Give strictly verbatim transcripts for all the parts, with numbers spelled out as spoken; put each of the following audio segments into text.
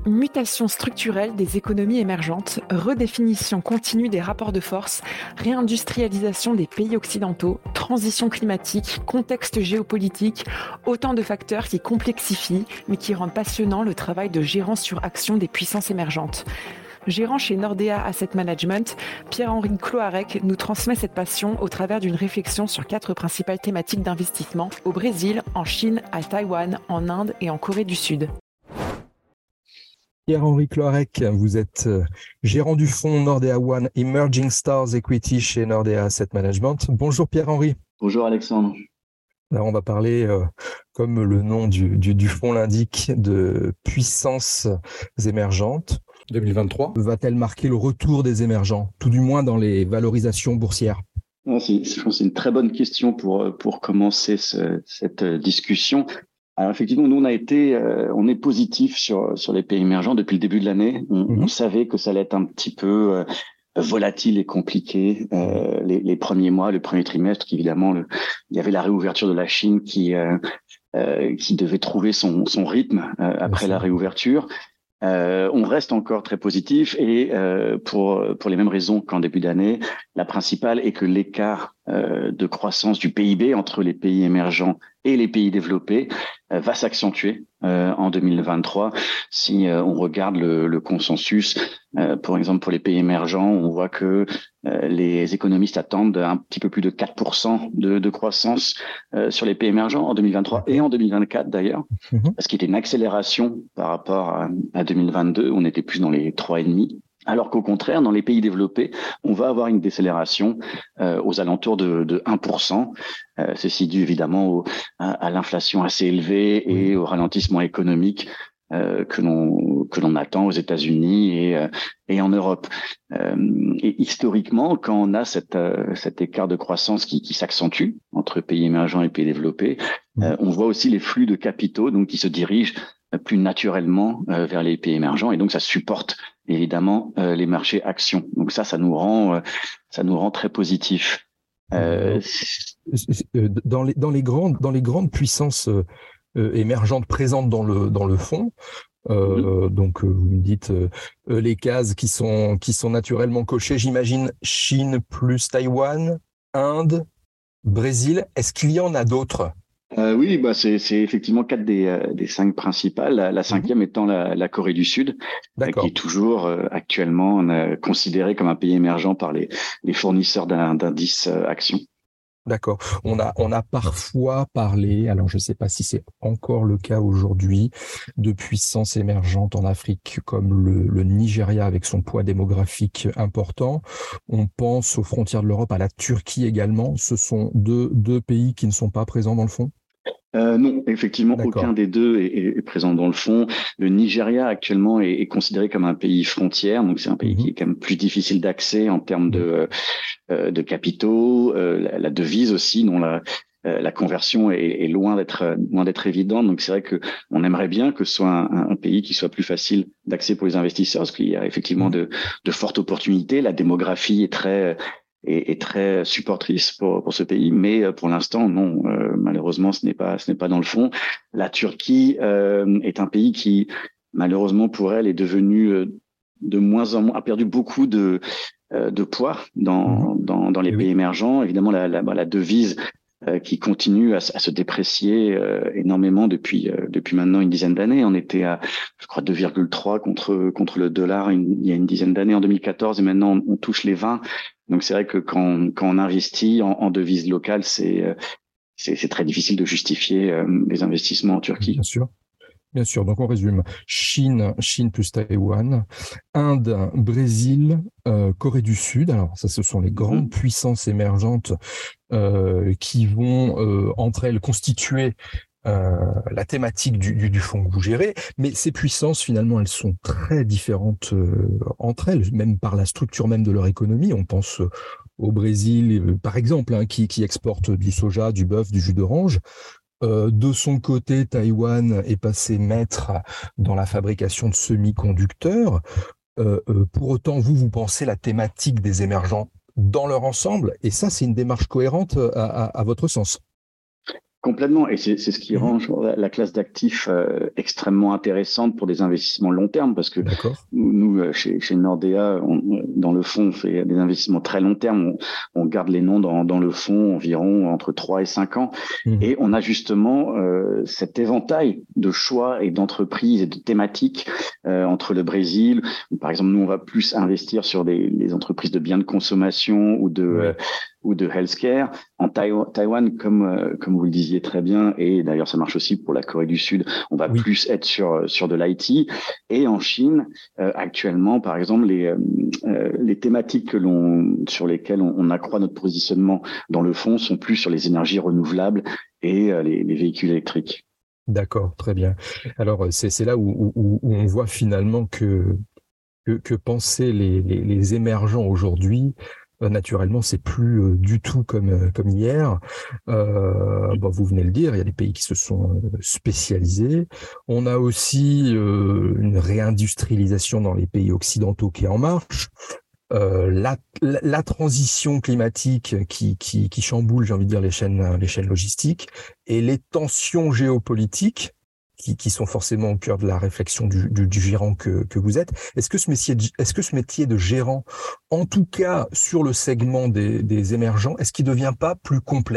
Mutation structurelle des économies émergentes, redéfinition continue des rapports de force, réindustrialisation des pays occidentaux, transition climatique, contexte géopolitique, autant de facteurs qui complexifient mais qui rendent passionnant le travail de gérant sur action des puissances émergentes. Gérant chez Nordea Asset Management, Pierre-Henri Cloarec nous transmet cette passion au travers d'une réflexion sur quatre principales thématiques d'investissement au Brésil, en Chine, à Taïwan, en Inde et en Corée du Sud. Pierre-Henri Cloarec, vous êtes gérant du fonds Nordea One Emerging Stars Equity chez Nordea Asset Management. Bonjour Pierre-Henri. Bonjour Alexandre. Alors on va parler, euh, comme le nom du, du, du fonds l'indique, de puissances émergentes. deux mille vingt-trois. Va-t-elle marquer le retour des émergents, tout du moins dans les valorisations boursières ? Non, c'est, je pense que c'est une très bonne question pour, pour commencer ce, cette discussion. Alors effectivement, nous on a été, euh, on est positif sur sur les pays émergents depuis le début de l'année. On, mmh. on savait que ça allait être un petit peu euh, volatile et compliqué euh, les, les premiers mois, le premier trimestre. Évidemment, le, il y avait la réouverture de la Chine qui euh, euh, qui devait trouver son son rythme euh, après la réouverture. Euh, on reste encore très positif et euh, pour pour les mêmes raisons qu'en début d'année. La principale est que l'écart euh, de croissance du P I B entre les pays émergents et les pays développés euh, va s'accentuer euh, en deux mille vingt-trois. Si euh, on regarde le, le consensus, euh, par exemple pour les pays émergents, on voit que euh, les économistes attendent un petit peu plus de quatre pour cent de, de croissance euh, sur les pays émergents en deux mille vingt-trois et en deux mille vingt-quatre d'ailleurs, mmh. ce qui était une accélération par rapport à, à deux mille vingt-deux. On était plus dans les trois virgule cinq. Alors qu'au contraire, dans les pays développés, on va avoir une décélération euh, aux alentours de, de un pour cent. Euh, ceci dû évidemment au, à, à l'inflation assez élevée et au ralentissement économique euh, que l'on que l'on attend aux États-Unis et euh, et en Europe. Euh, et historiquement, quand on a cette euh, cet écart de croissance qui, qui s'accentue entre pays émergents et pays développés, euh, on voit aussi les flux de capitaux donc qui se dirigent plus naturellement euh, vers les pays émergents et donc ça supporte évidemment euh, les marchés actions. Donc ça, ça nous rend, euh, ça nous rend très positifs. Euh, dans les dans les grandes dans les grandes puissances euh, émergentes présentes dans le dans le fonds. Euh, mmh. Donc vous me dites euh, les cases qui sont qui sont naturellement cochées. J'imagine Chine plus Taïwan, Inde, Brésil. Est-ce qu'il y en a d'autres ? Euh, oui, bah c'est, c'est effectivement quatre des, euh, des cinq principales. La, la cinquième mmh. étant la, la Corée du Sud, euh, qui est toujours euh, actuellement euh, considérée comme un pays émergent par les, les fournisseurs d'un, d'indices euh, actions. D'accord. On a on a parfois parlé, alors je ne sais pas si c'est encore le cas aujourd'hui, de puissances émergentes en Afrique comme le, le Nigeria avec son poids démographique important. On pense aux frontières de l'Europe, à la Turquie également. Ce sont deux deux pays qui ne sont pas présents dans le fonds ? Euh, non, effectivement, D'accord. Aucun des deux est, est, est présent dans le fond. Le Nigeria actuellement est, est considéré comme un pays frontière, donc c'est un pays mmh. qui est quand même plus difficile d'accès en termes de euh, de capitaux, euh, la, la devise aussi, dont la euh, la conversion est, est loin d'être loin d'être évidente. Donc c'est vrai que on aimerait bien que ce soit un, un pays qui soit plus facile d'accès pour les investisseurs, parce qu'il y a effectivement mmh. de de fortes opportunités. La démographie est très est, est très supportrice pour pour ce pays, mais pour l'instant non, euh, malheureusement ce n'est pas ce n'est pas dans le fond. La Turquie euh, est un pays qui malheureusement pour elle est devenu euh, de moins en moins, a perdu beaucoup de euh, de poids dans mmh. dans dans les et pays oui. émergents. Évidemment la la, la devise euh, qui continue à, à se déprécier euh, énormément depuis euh, depuis maintenant une dizaine d'années. On était à je crois deux virgule trois contre contre le dollar une, il y a une dizaine d'années en deux mille quatorze et maintenant on, on touche les vingt. Donc c'est vrai que quand quand on investit en, en devise locale, c'est c'est c'est très difficile de justifier euh, les investissements en Turquie. Bien sûr. Bien sûr, donc on résume. Chine, Chine plus Taïwan, Inde, Brésil, euh, Corée du Sud. Alors ça, ce sont les grandes mmh. puissances émergentes euh, qui vont, euh, entre elles, constituer euh, la thématique du, du, du fonds que vous gérez. Mais ces puissances, finalement, elles sont très différentes euh, entre elles, même par la structure même de leur économie. On pense au Brésil, euh, par exemple, hein, qui, qui exporte du soja, du bœuf, du jus d'orange. Euh, de son côté, Taïwan est passé maître dans la fabrication de semi-conducteurs. Euh, euh, pour autant, vous, vous pensez la thématique des émergents dans leur ensemble, et ça, c'est une démarche cohérente à, à, à votre sens. Complètement, et c'est, c'est ce qui rend la, la classe d'actifs euh, extrêmement intéressante pour des investissements long terme, parce que D'accord. nous, nous chez, chez Nordea, on, dans le fonds, on fait des investissements très long terme, on, on garde les noms dans, dans le fonds environ entre trois et cinq ans, mmh. et on a justement euh, cet éventail de choix et d'entreprises et de thématiques euh, entre le Brésil, où par exemple nous on va plus investir sur des les entreprises de biens de consommation ou de... Oui. Euh, ou de healthcare. En Taïwan, Taïwan comme euh, comme vous le disiez très bien, et d'ailleurs ça marche aussi pour la Corée du Sud, on va oui. plus être sur sur de l'I T. Et en Chine, euh, actuellement, par exemple, les euh, les thématiques que l'on sur lesquelles on, on accroît notre positionnement dans le fonds sont plus sur les énergies renouvelables et euh, les, les véhicules électriques. D'accord, très bien. Alors c'est c'est là où où, où on voit finalement que que, que pensaient les, les les émergents aujourd'hui. Naturellement, c'est plus euh, du tout comme euh, comme hier. Euh, bon, vous venez de le dire, il y a des pays qui se sont spécialisés. On a aussi euh, une réindustrialisation dans les pays occidentaux qui est en marche. Euh, la, la, la transition climatique qui, qui, qui chamboule, j'ai envie de dire, les chaînes, les chaînes logistiques, et les tensions géopolitiques Qui, qui sont forcément au cœur de la réflexion du, du, du gérant que, que vous êtes. Est-ce que ce métier, de, est-ce que ce métier de gérant, en tout cas sur le segment des, des émergents, est-ce qu'il ne devient pas plus complexe ?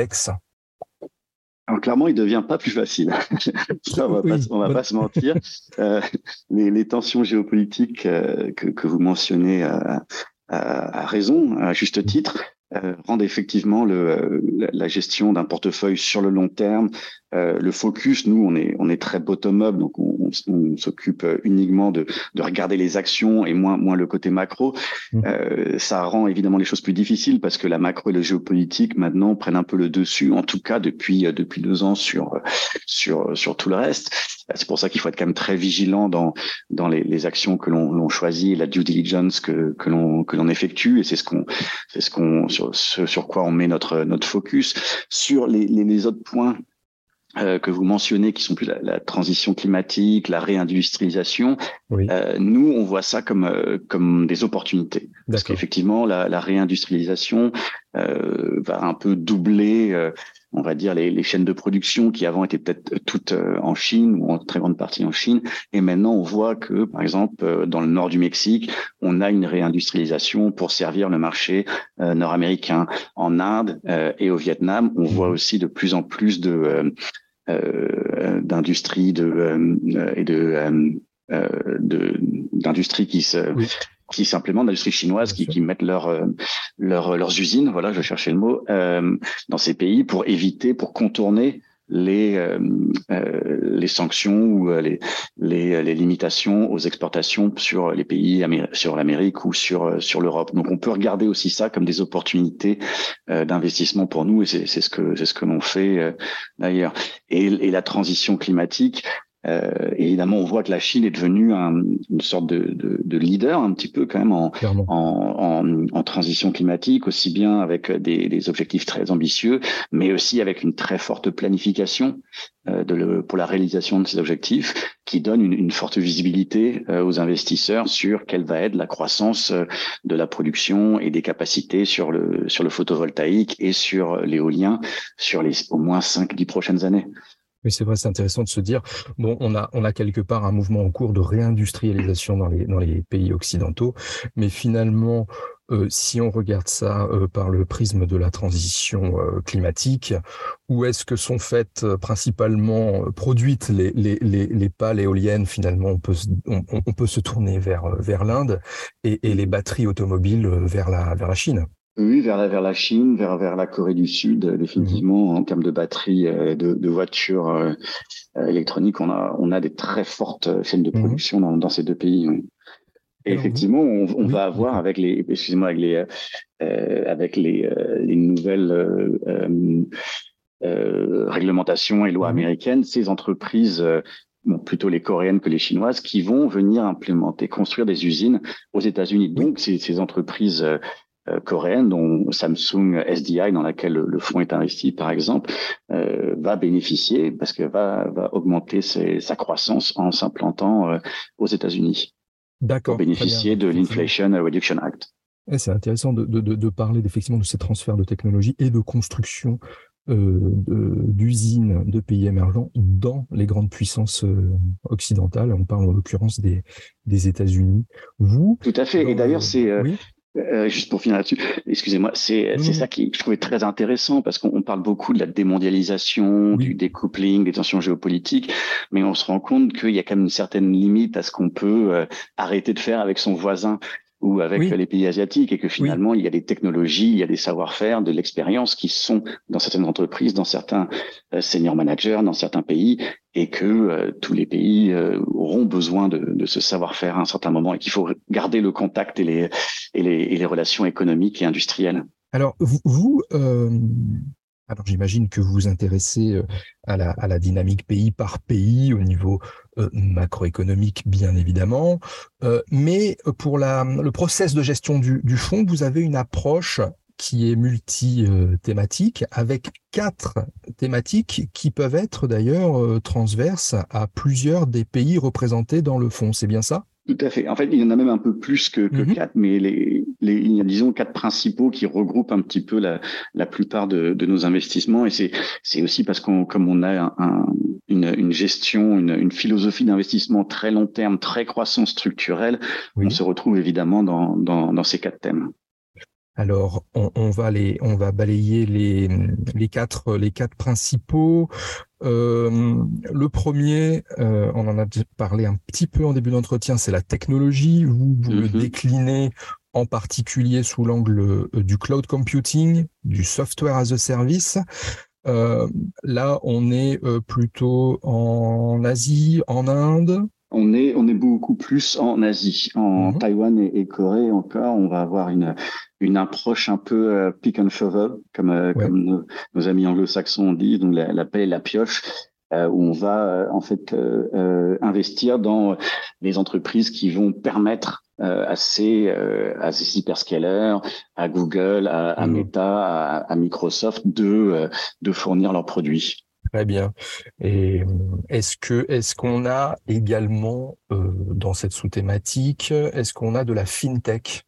Alors, clairement, il ne devient pas plus facile. Ça, on va oui, pas, on va bon. pas se mentir. Euh, les, les tensions géopolitiques euh, que, que vous mentionnez à, à, à raison, à juste titre, Euh, rendent effectivement le, la gestion d'un portefeuille sur le long terme. Euh, le focus, nous, on est, on est très bottom-up, donc on, on, on s'occupe uniquement de, de regarder les actions et moins, moins le côté macro. Mmh. Euh, ça rend évidemment les choses plus difficiles parce que la macro et le géopolitique maintenant prennent un peu le dessus, en tout cas depuis depuis deux ans sur sur sur tout le reste. C'est pour ça qu'il faut être quand même très vigilant dans dans les, les actions que l'on, l'on choisit et la due diligence que que l'on que l'on effectue, et c'est ce qu'on c'est ce qu'on sur ce sur quoi on met notre notre focus. Sur les les, les autres points Euh, que vous mentionnez, qui sont plus la, la transition climatique, la réindustrialisation, oui. euh, nous, on voit ça comme euh, comme des opportunités. D'accord. Parce qu'effectivement, la, la réindustrialisation euh, va un peu doubler, euh, on va dire, les, les chaînes de production qui avant étaient peut-être toutes euh, en Chine ou en très grande partie en Chine. Et maintenant, on voit que, par exemple, euh, dans le nord du Mexique, on a une réindustrialisation pour servir le marché euh, nord-américain. En Inde euh, et au Vietnam, on voit aussi de plus en plus de euh, Euh, d'industrie de euh, et de, euh, de d'industrie qui se oui. qui s'implémentent, d'industrie chinoise qui, qui mettent leur, leur leurs usines, voilà, je cherchais le mot, euh, dans ces pays pour éviter, pour contourner les euh, euh, les sanctions ou les les les limitations aux exportations sur les pays Améri- sur l'Amérique ou sur sur l'Europe. Donc on peut regarder aussi ça comme des opportunités euh, d'investissement pour nous, et c'est c'est ce que c'est ce que l'on fait euh, d'ailleurs. Et et la transition climatique, Euh, évidemment, on voit que la Chine est devenue un, une sorte de, de, de leader un petit peu quand même en, en, en, en transition climatique, aussi bien avec des, des objectifs très ambitieux, mais aussi avec une très forte planification euh, de le, pour la réalisation de ces objectifs, qui donne une, une forte visibilité euh, aux investisseurs sur quelle va être la croissance euh, de la production et des capacités sur le, sur le photovoltaïque et sur l'éolien sur les au moins cinq dix prochaines années. Oui, c'est vrai, c'est intéressant de se dire, bon, on a, on a quelque part un mouvement en cours de réindustrialisation dans les, dans les pays occidentaux, mais finalement, euh, si on regarde ça euh, par le prisme de la transition euh, climatique, où est-ce que sont faites euh, principalement euh, produites les, les, les, les pales éoliennes, finalement, on peut, on, on peut se tourner vers, vers l'Inde et, et les batteries automobiles vers la, vers la Chine. Oui, vers la, vers la Chine, vers, vers la Corée du Sud, définitivement, mmh. en termes de batteries, euh, de, de voitures euh, électroniques, on a, on a des très fortes chaînes de production mmh. dans, dans ces deux pays. Oui. Et alors, effectivement, on, on oui, va avoir d'accord. avec les, excusez-moi, avec les, euh, avec les, euh, les nouvelles euh, euh, euh, réglementations et lois mmh. américaines, ces entreprises euh, Bon, plutôt les coréennes que les chinoises, qui vont venir implémenter, construire des usines aux États-Unis. Donc, oui. ces, ces entreprises euh, coréenne, dont Samsung S D I, dans laquelle le fonds est investi, par exemple, euh, va bénéficier parce que va, va augmenter ses, sa croissance en s'implantant euh, aux États-Unis. D'accord. Pour bénéficier de l'Inflation Reduction Act. Et c'est intéressant de, de, de parler effectivement de ces transferts de technologie et de construction euh, de, d'usines de pays émergents dans les grandes puissances euh, occidentales. On parle en l'occurrence des, des États-Unis. Vous, Tout à fait. Et d'ailleurs, le... c'est euh, oui, euh, juste pour finir là-dessus, excusez-moi, c'est non, c'est non, ça non. qui je trouvais très intéressant parce qu'on on parle beaucoup de la démondialisation, du Oui, découpling, des tensions géopolitiques, mais on se rend compte qu'il y a quand même une certaine limite à ce qu'on peut euh, arrêter de faire avec son voisin ou avec oui, les pays asiatiques, et que oui. finalement il y a des technologies, il y a des savoir-faire, de l'expérience qui sont dans certaines entreprises, dans certains euh, senior managers, dans certains pays, et que euh, tous les pays euh, auront besoin de, de ce savoir-faire à un certain moment, et qu'il faut garder le contact et les, et les, et les relations économiques et industrielles. Alors, vous, vous euh, alors j'imagine que vous vous intéressez euh, à la, à la dynamique pays par pays au niveau euh, macroéconomique, bien évidemment, euh, mais pour la, le process de gestion du, du fonds, vous avez une approche qui est multi-thématique, avec quatre thématiques qui peuvent être d'ailleurs euh, transverses à plusieurs des pays représentés dans le fonds. C'est bien ça? Tout à fait. En fait, il y en a même un peu plus que, que Mhm. quatre, mais les, les, il y a, disons, quatre principaux qui regroupent un petit peu la, la plupart de, de nos investissements. Et c'est, c'est aussi parce qu'on, comme on a un, un, une, une gestion, une, une philosophie d'investissement très long terme, très croissance structurelle, on Oui. se retrouve évidemment dans, dans, dans ces quatre thèmes. Alors, on, on va les, on va balayer les, les quatre, les quatre principaux. Euh, le premier, euh, on en a parlé un petit peu en début d'entretien, c'est la technologie. Vous, vous le Mm-hmm. déclinez en particulier sous l'angle euh, du cloud computing, du software as a service. Euh, là, on est euh, plutôt en Asie, en Inde. On est, on est beaucoup plus en Asie, en Mhm. Taïwan et, et Corée encore. On va avoir une, une approche un peu euh, pick and shovel, comme, euh, Ouais. comme nos, nos amis anglo-saxons ont dit, donc la, la pelle et la pioche, euh, où on va euh, en fait euh, euh, investir dans les entreprises qui vont permettre euh, à ces, euh, à ces hyperscalers, à Google, à, à Mhm. Meta, à, à Microsoft de, euh, de fournir leurs produits. Très bien. Et euh, est-ce que est-ce qu'on a également euh, dans cette sous-thématique, est-ce qu'on a de la fintech?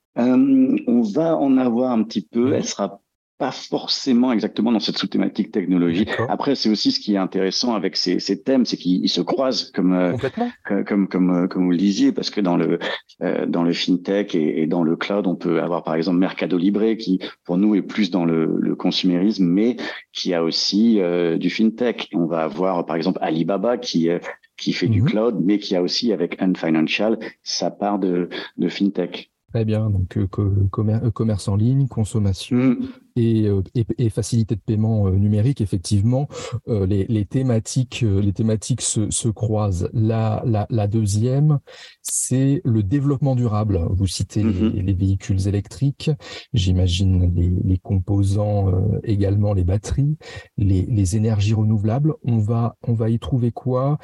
Euh, on va en avoir un petit peu. Elle Mhm. sera pas forcément exactement dans cette sous-thématique technologie. D'accord. Après, c'est aussi ce qui est intéressant avec ces, ces thèmes, c'est qu'ils ils se croisent comme euh, Complètement. comme comme comme, euh, comme vous le disiez, parce que dans le euh, dans le fintech et, et dans le cloud, on peut avoir par exemple Mercado Libre qui pour nous est plus dans le, le consumérisme, mais qui a aussi euh, du fintech. On va avoir par exemple Alibaba qui euh, qui fait du Mhm. cloud, mais qui a aussi avec Ant Financial sa part de de fintech. Très bien. Donc euh, co- commer- euh, commerce en ligne, consommation Mm. et, euh, et, et facilité de paiement euh, numérique. Effectivement, euh, les, les thématiques euh, les thématiques se, se croisent. La, la, la deuxième, c'est le développement durable. Vous citez les, Mhm. les véhicules électriques. J'imagine les, les composants euh, également, les batteries, les, les énergies renouvelables. On va on va y trouver quoi?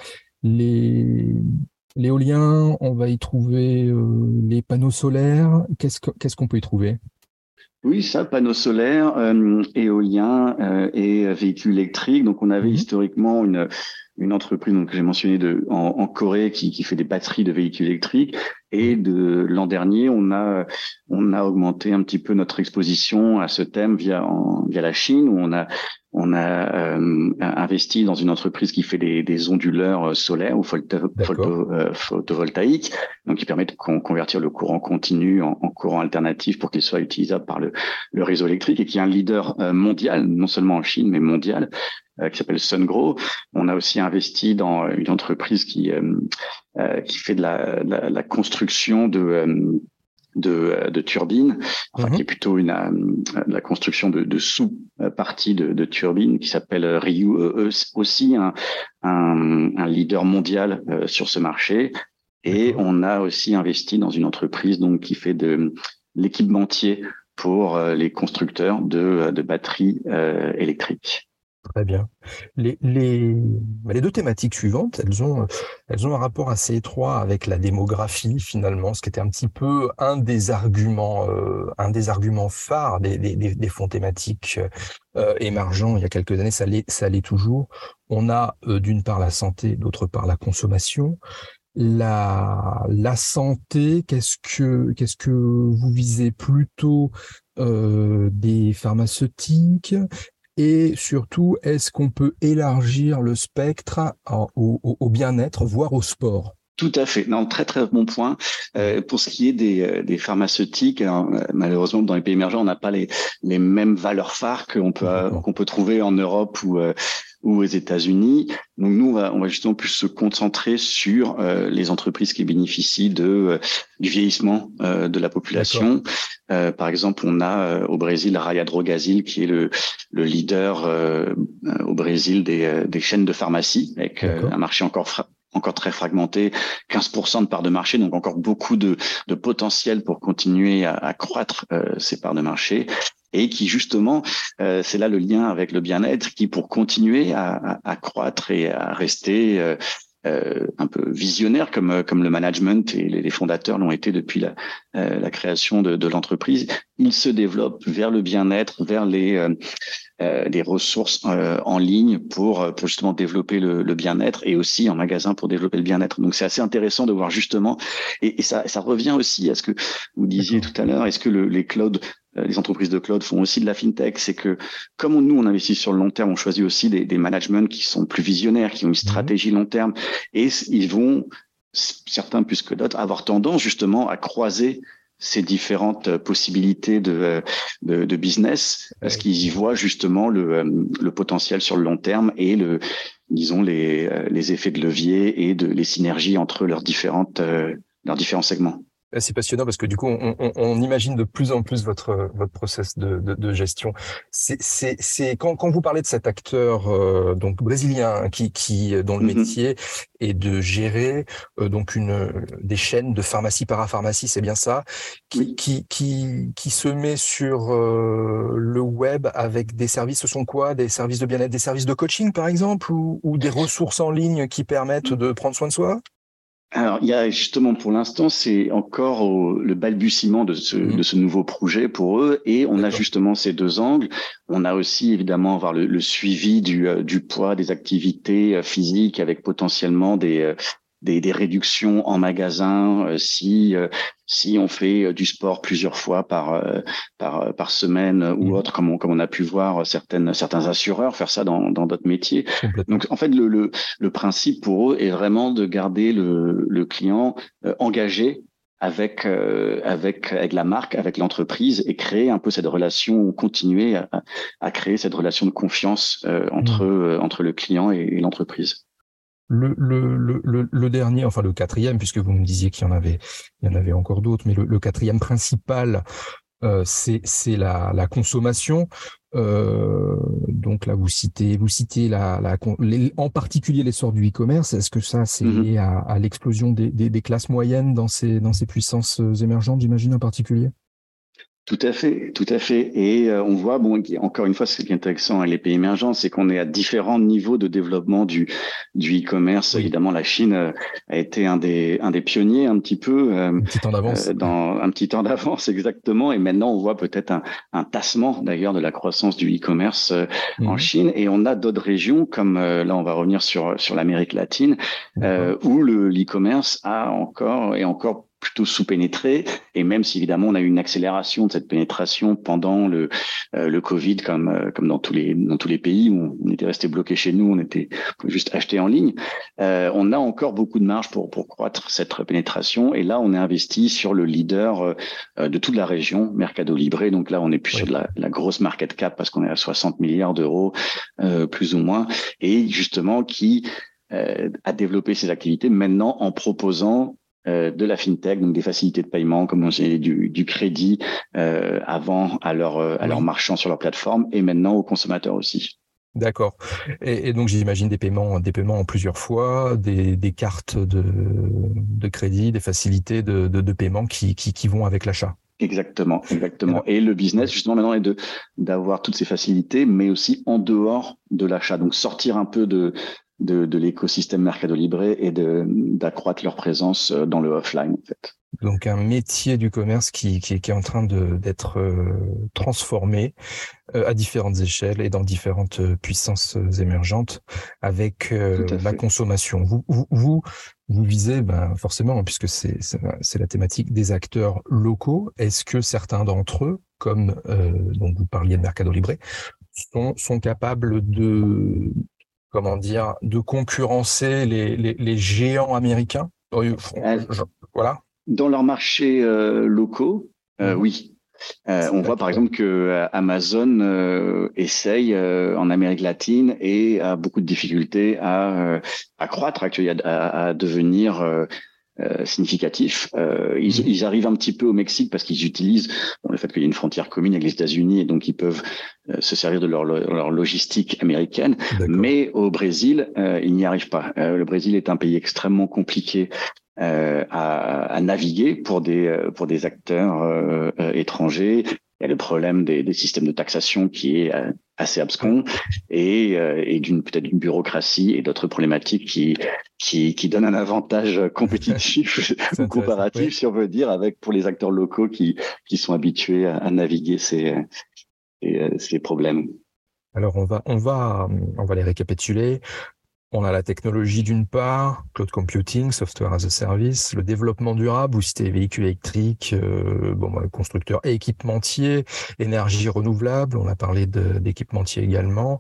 Les L'éolien, on va y trouver euh, les panneaux solaires. Qu'est-ce que, qu'est-ce qu'on peut y trouver? Oui, ça, panneaux solaires, euh, éoliens euh, et euh, véhicules électriques. Donc, on avait Mhm. historiquement une une entreprise donc que j'ai mentionné de en, en Corée qui qui fait des batteries de véhicules électriques. Et Oui, de l'an dernier, on a on a augmenté un petit peu notre exposition à ce thème via en, via la Chine, où on a on a euh, investi dans une entreprise qui fait des, des onduleurs solaires ou photo, d'accord. photo, euh, photovoltaïques, donc qui permettent de con- convertir le courant continu en, en courant alternatif pour qu'il soit utilisable par le, le réseau électrique, et qui est un leader euh, mondial, non seulement en Chine, mais mondial, euh, qui s'appelle Sungrow. On a aussi investi dans une entreprise qui, euh, euh, qui fait de la, de la, de la construction de... Euh, de, de turbines, enfin qui Mhm. est plutôt une euh, la construction de, de sous-parties de, de turbines, qui s'appelle Ryu, euh, aussi un, un, un leader mondial euh, sur ce marché. Et D'accord. on a aussi investi dans une entreprise donc qui fait de l'équipementier pour euh, les constructeurs de, de batteries euh, électriques. Très bien. Les, les, bah, les deux thématiques suivantes, elles ont, elles ont un rapport assez étroit avec la démographie, finalement, ce qui était un petit peu un des arguments, euh, un des arguments phares des, des, des fonds thématiques euh, émergents il y a quelques années. Ça l'est, ça l'est toujours. On a euh, d'une part la santé, d'autre part la consommation. La, la santé, qu'est-ce que, qu'est-ce que vous visez plutôt euh, des pharmaceutiques? Et surtout, est-ce qu'on peut élargir le spectre au, au, au bien-être, voire au sport? Tout à fait. Non, très très bon point. Euh, pour ce qui est des, des pharmaceutiques, alors, malheureusement dans les pays émergents, on n'a pas les, les mêmes valeurs phares qu'on peut qu'on peut trouver en Europe ou euh, ou aux États-Unis. Donc nous, on va, on va justement plus se concentrer sur euh, les entreprises qui bénéficient de euh, du vieillissement euh, de la population. Euh, par exemple, on a euh, au Brésil Raia Drogasil, qui est le le leader euh, au Brésil des des chaînes de pharmacie, avec euh, un marché encore fra- encore très fragmenté, quinze pour cent de parts de marché, donc encore beaucoup de, de potentiel pour continuer à, à croître euh, ces parts de marché, et qui justement, euh, c'est là le lien avec le bien-être, qui pour continuer à, à, à croître et à rester euh, euh, un peu visionnaire comme comme le management et les, les fondateurs l'ont été depuis la, euh, la création de, de l'entreprise, il se développe vers le bien-être, vers les euh, Euh, des ressources euh, en ligne pour, pour justement développer le, le bien-être, et aussi en magasin pour développer le bien-être. Donc c'est assez intéressant de voir justement, et, et ça, ça revient aussi à ce que vous disiez D'accord. tout à l'heure, est-ce que le, les clouds, euh, les entreprises de cloud font aussi de la fintech? C'est que comme nous, on investit sur le long terme, on choisit aussi des, des managements qui sont plus visionnaires, qui ont une stratégie mmh. long terme, et ils vont, certains plus que d'autres, avoir tendance justement à croiser ces différentes possibilités de, de, de business, parce qu'ils y voient justement le, le potentiel sur le long terme et le, disons les, les effets de levier et de, les synergies entre leurs différentes, leurs différents segments. C'est passionnant parce que du coup, on, on, on imagine de plus en plus votre votre process de, de, de gestion. C'est c'est c'est quand quand vous parlez de cet acteur euh, donc brésilien qui qui dont le mm-hmm. métier est de gérer euh, donc une des chaînes de pharmacie parapharmacie, c'est bien ça, qui oui. qui qui qui se met sur euh, le web avec des services. Ce sont quoi? Des services de bien-être, des services de coaching par exemple, ou ou des ressources en ligne qui permettent de prendre soin de soi? Alors, il y a justement, pour l'instant, c'est encore au, le balbutiement de ce, mmh. de ce nouveau projet pour eux, et on D'accord. a justement ces deux angles. On a aussi évidemment avoir le, le suivi du, du poids des activités physiques, avec potentiellement des des, des réductions en magasin euh, si euh, si on fait du sport plusieurs fois par euh, par par semaine ou mmh. autre, comme on comme on a pu voir certaines certains assureurs faire ça dans dans d'autres métiers. Donc en fait le le le principe pour eux est vraiment de garder le le client euh, engagé avec euh, avec avec la marque, avec l'entreprise, et créer un peu cette relation, continuer à, à créer cette relation de confiance euh, entre mmh. euh, entre le client et, et l'entreprise. Le, le, le, le dernier, enfin le quatrième, puisque vous me disiez qu'il y en avait, il y en avait encore d'autres, mais le, le quatrième principal, euh, c'est, c'est la, la consommation. Euh, donc là, vous citez, vous citez la, la, les, en particulier l'essor du e-commerce. Est-ce que ça, c'est mmh. lié à, à l'explosion des, des, des classes moyennes dans ces, dans ces puissances émergentes, j'imagine en particulier? Tout à fait, tout à fait. Et euh, on voit, bon, encore une fois, ce qui est intéressant avec les pays émergents, c'est qu'on est à différents niveaux de développement du du e-commerce. Oui. Évidemment, la Chine euh, a été un des un des pionniers un petit peu, euh, un petit temps d'avance, euh, dans un petit temps d'avance exactement. Et maintenant, on voit peut-être un, un tassement d'ailleurs de la croissance du e-commerce euh, mmh. en Chine. Et on a d'autres régions comme euh, là, on va revenir sur sur l'Amérique latine, euh, où le l'e-commerce a encore et encore plutôt sous-pénétré, et même si évidemment on a eu une accélération de cette pénétration pendant le euh, le Covid, comme euh, comme dans tous les dans tous les pays où on était resté bloqué chez nous, on était on pouvait juste acheter en ligne. Euh, on a encore beaucoup de marge pour pour croître cette pénétration, et là on est investi sur le leader euh, de toute la région, Mercado Libre. Donc là on est plus oui. sur de la, la grosse market cap, parce qu'on est à soixante milliards d'euros euh, plus ou moins, et justement qui euh, a développé ses activités maintenant en proposant Euh, de la fintech, donc des facilités de paiement, comme on dit, du, du crédit euh, avant à leurs à oui. leurs marchands sur leur plateforme, et maintenant aux consommateurs aussi. D'accord. Et, et donc j'imagine des paiements, des paiements en plusieurs fois, des, des cartes de, de crédit, des facilités de, de, de paiement qui, qui, qui vont avec l'achat. Exactement, exactement. Et le business, justement, maintenant, est de d'avoir toutes ces facilités, mais aussi en dehors de l'achat. Donc sortir un peu de de, de l'écosystème Mercado Libre et de d'accroître leur présence dans le offline, en fait. Donc un métier du commerce qui qui, qui est en train de d'être euh, transformé euh, à différentes échelles et dans différentes euh, puissances émergentes, avec euh, la fait. consommation. Vous vous vous, vous visez ben forcément, puisque c'est, c'est c'est la thématique des acteurs locaux. Est-ce que certains d'entre eux, comme euh, donc vous parliez de Mercado Libre, sont, sont capables de, comment dire, de concurrencer les, les, les géants américains. Euh, voilà. Dans leurs marchés euh, locaux, euh, mmh. oui. Euh, on voit par exemple que euh, Amazon euh, essaye euh, en Amérique latine et a beaucoup de difficultés à, euh, à croître, actuellement, à, à devenir euh, euh, significatif. Euh, ils, mmh. ils arrivent un petit peu au Mexique parce qu'ils utilisent bon, le fait qu'il y a une frontière commune avec les États-Unis et donc ils peuvent euh, se servir de leur, leur logistique américaine. D'accord. Mais au Brésil, euh, ils n'y arrivent pas. Euh, le Brésil est un pays extrêmement compliqué Euh, à, à naviguer pour des pour des acteurs euh, euh, étrangers. Il y a le problème des, des systèmes de taxation qui est euh, assez abscon et, euh, et d'une peut-être d'une bureaucratie et d'autres problématiques qui qui qui donnent un avantage compétitif ou comparatif, oui. si on veut dire, avec pour les acteurs locaux qui qui sont habitués à, à naviguer ces ces, ces problèmes. Alors on va on va on va les récapituler. On a la technologie d'une part, cloud computing, software as a service, le développement durable, vous citez les véhicules électriques, euh, bon, bah, constructeurs et équipementiers, énergie renouvelable, on a parlé de, d'équipementiers également,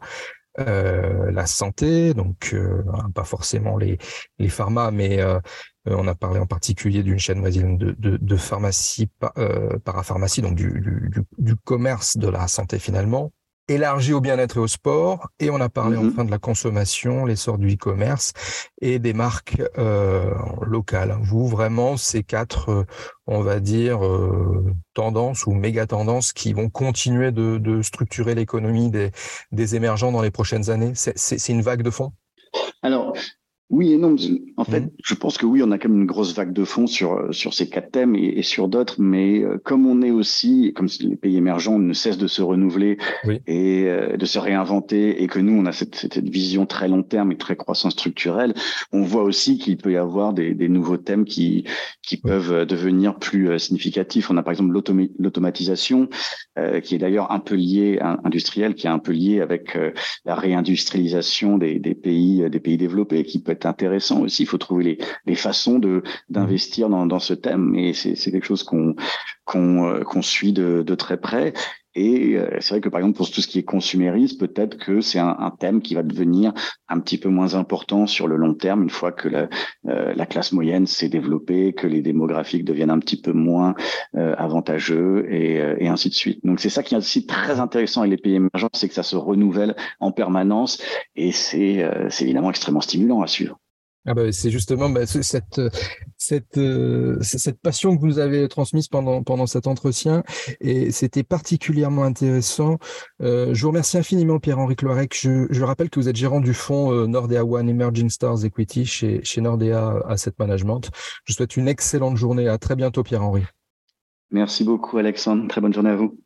euh, la santé, donc euh, pas forcément les, les pharma, mais euh, on a parlé en particulier d'une chaîne brésilienne de, de, de pharmacie, euh, parapharmacie, donc du, du, du commerce de la santé finalement. Élargi au bien-être et au sport, et on a parlé mmh. enfin de la consommation, l'essor du e-commerce et des marques euh, locales. Vous, vraiment, ces quatre, euh, on va dire, euh, tendances ou méga-tendances qui vont continuer de, de structurer l'économie des, des émergents dans les prochaines années. C'est, c'est, c'est une vague de fond ? Alors, oui et non. En fait, mmh. je pense que oui, on a quand même une grosse vague de fond sur sur ces quatre thèmes et, et sur d'autres, mais euh, comme on est aussi, comme les pays émergents ne cessent de se renouveler oui. et euh, de se réinventer, et que nous, on a cette, cette vision très long terme et très croissance structurelle, on voit aussi qu'il peut y avoir des, des nouveaux thèmes qui qui oui. peuvent devenir plus euh, significatifs. On a par exemple l'automa- l'automatisation, euh, qui est d'ailleurs un peu lié, un, industriel, qui est un peu lié avec euh, la réindustrialisation des, des pays des pays développés, qui peut être intéressant aussi. Il faut trouver les, les façons de d'investir dans, dans ce thème, et c'est, c'est quelque chose qu'on qu'on qu'on suit de, de très près. Et c'est vrai que par exemple pour tout ce qui est consumérisme, peut-être que c'est un, un thème qui va devenir un petit peu moins important sur le long terme, une fois que la, euh, la classe moyenne s'est développée, que les démographiques deviennent un petit peu moins euh, avantageux, et, et ainsi de suite. Donc c'est ça qui est aussi très intéressant avec les pays émergents, c'est que ça se renouvelle en permanence, et c'est, euh, c'est évidemment extrêmement stimulant à suivre. Ah bah c'est justement bah, cette cette euh, cette passion que vous nous avez transmise pendant pendant cet entretien, et c'était particulièrement intéressant. Euh, je vous remercie infiniment, Pierre-Henri Cloarec. Je, je rappelle que vous êtes gérant du fonds euh, Nordea One Emerging Stars Equity chez chez Nordea Asset Management. Je vous souhaite une excellente journée. À très bientôt, Pierre-Henri. Merci beaucoup, Alexandre. Très bonne journée à vous.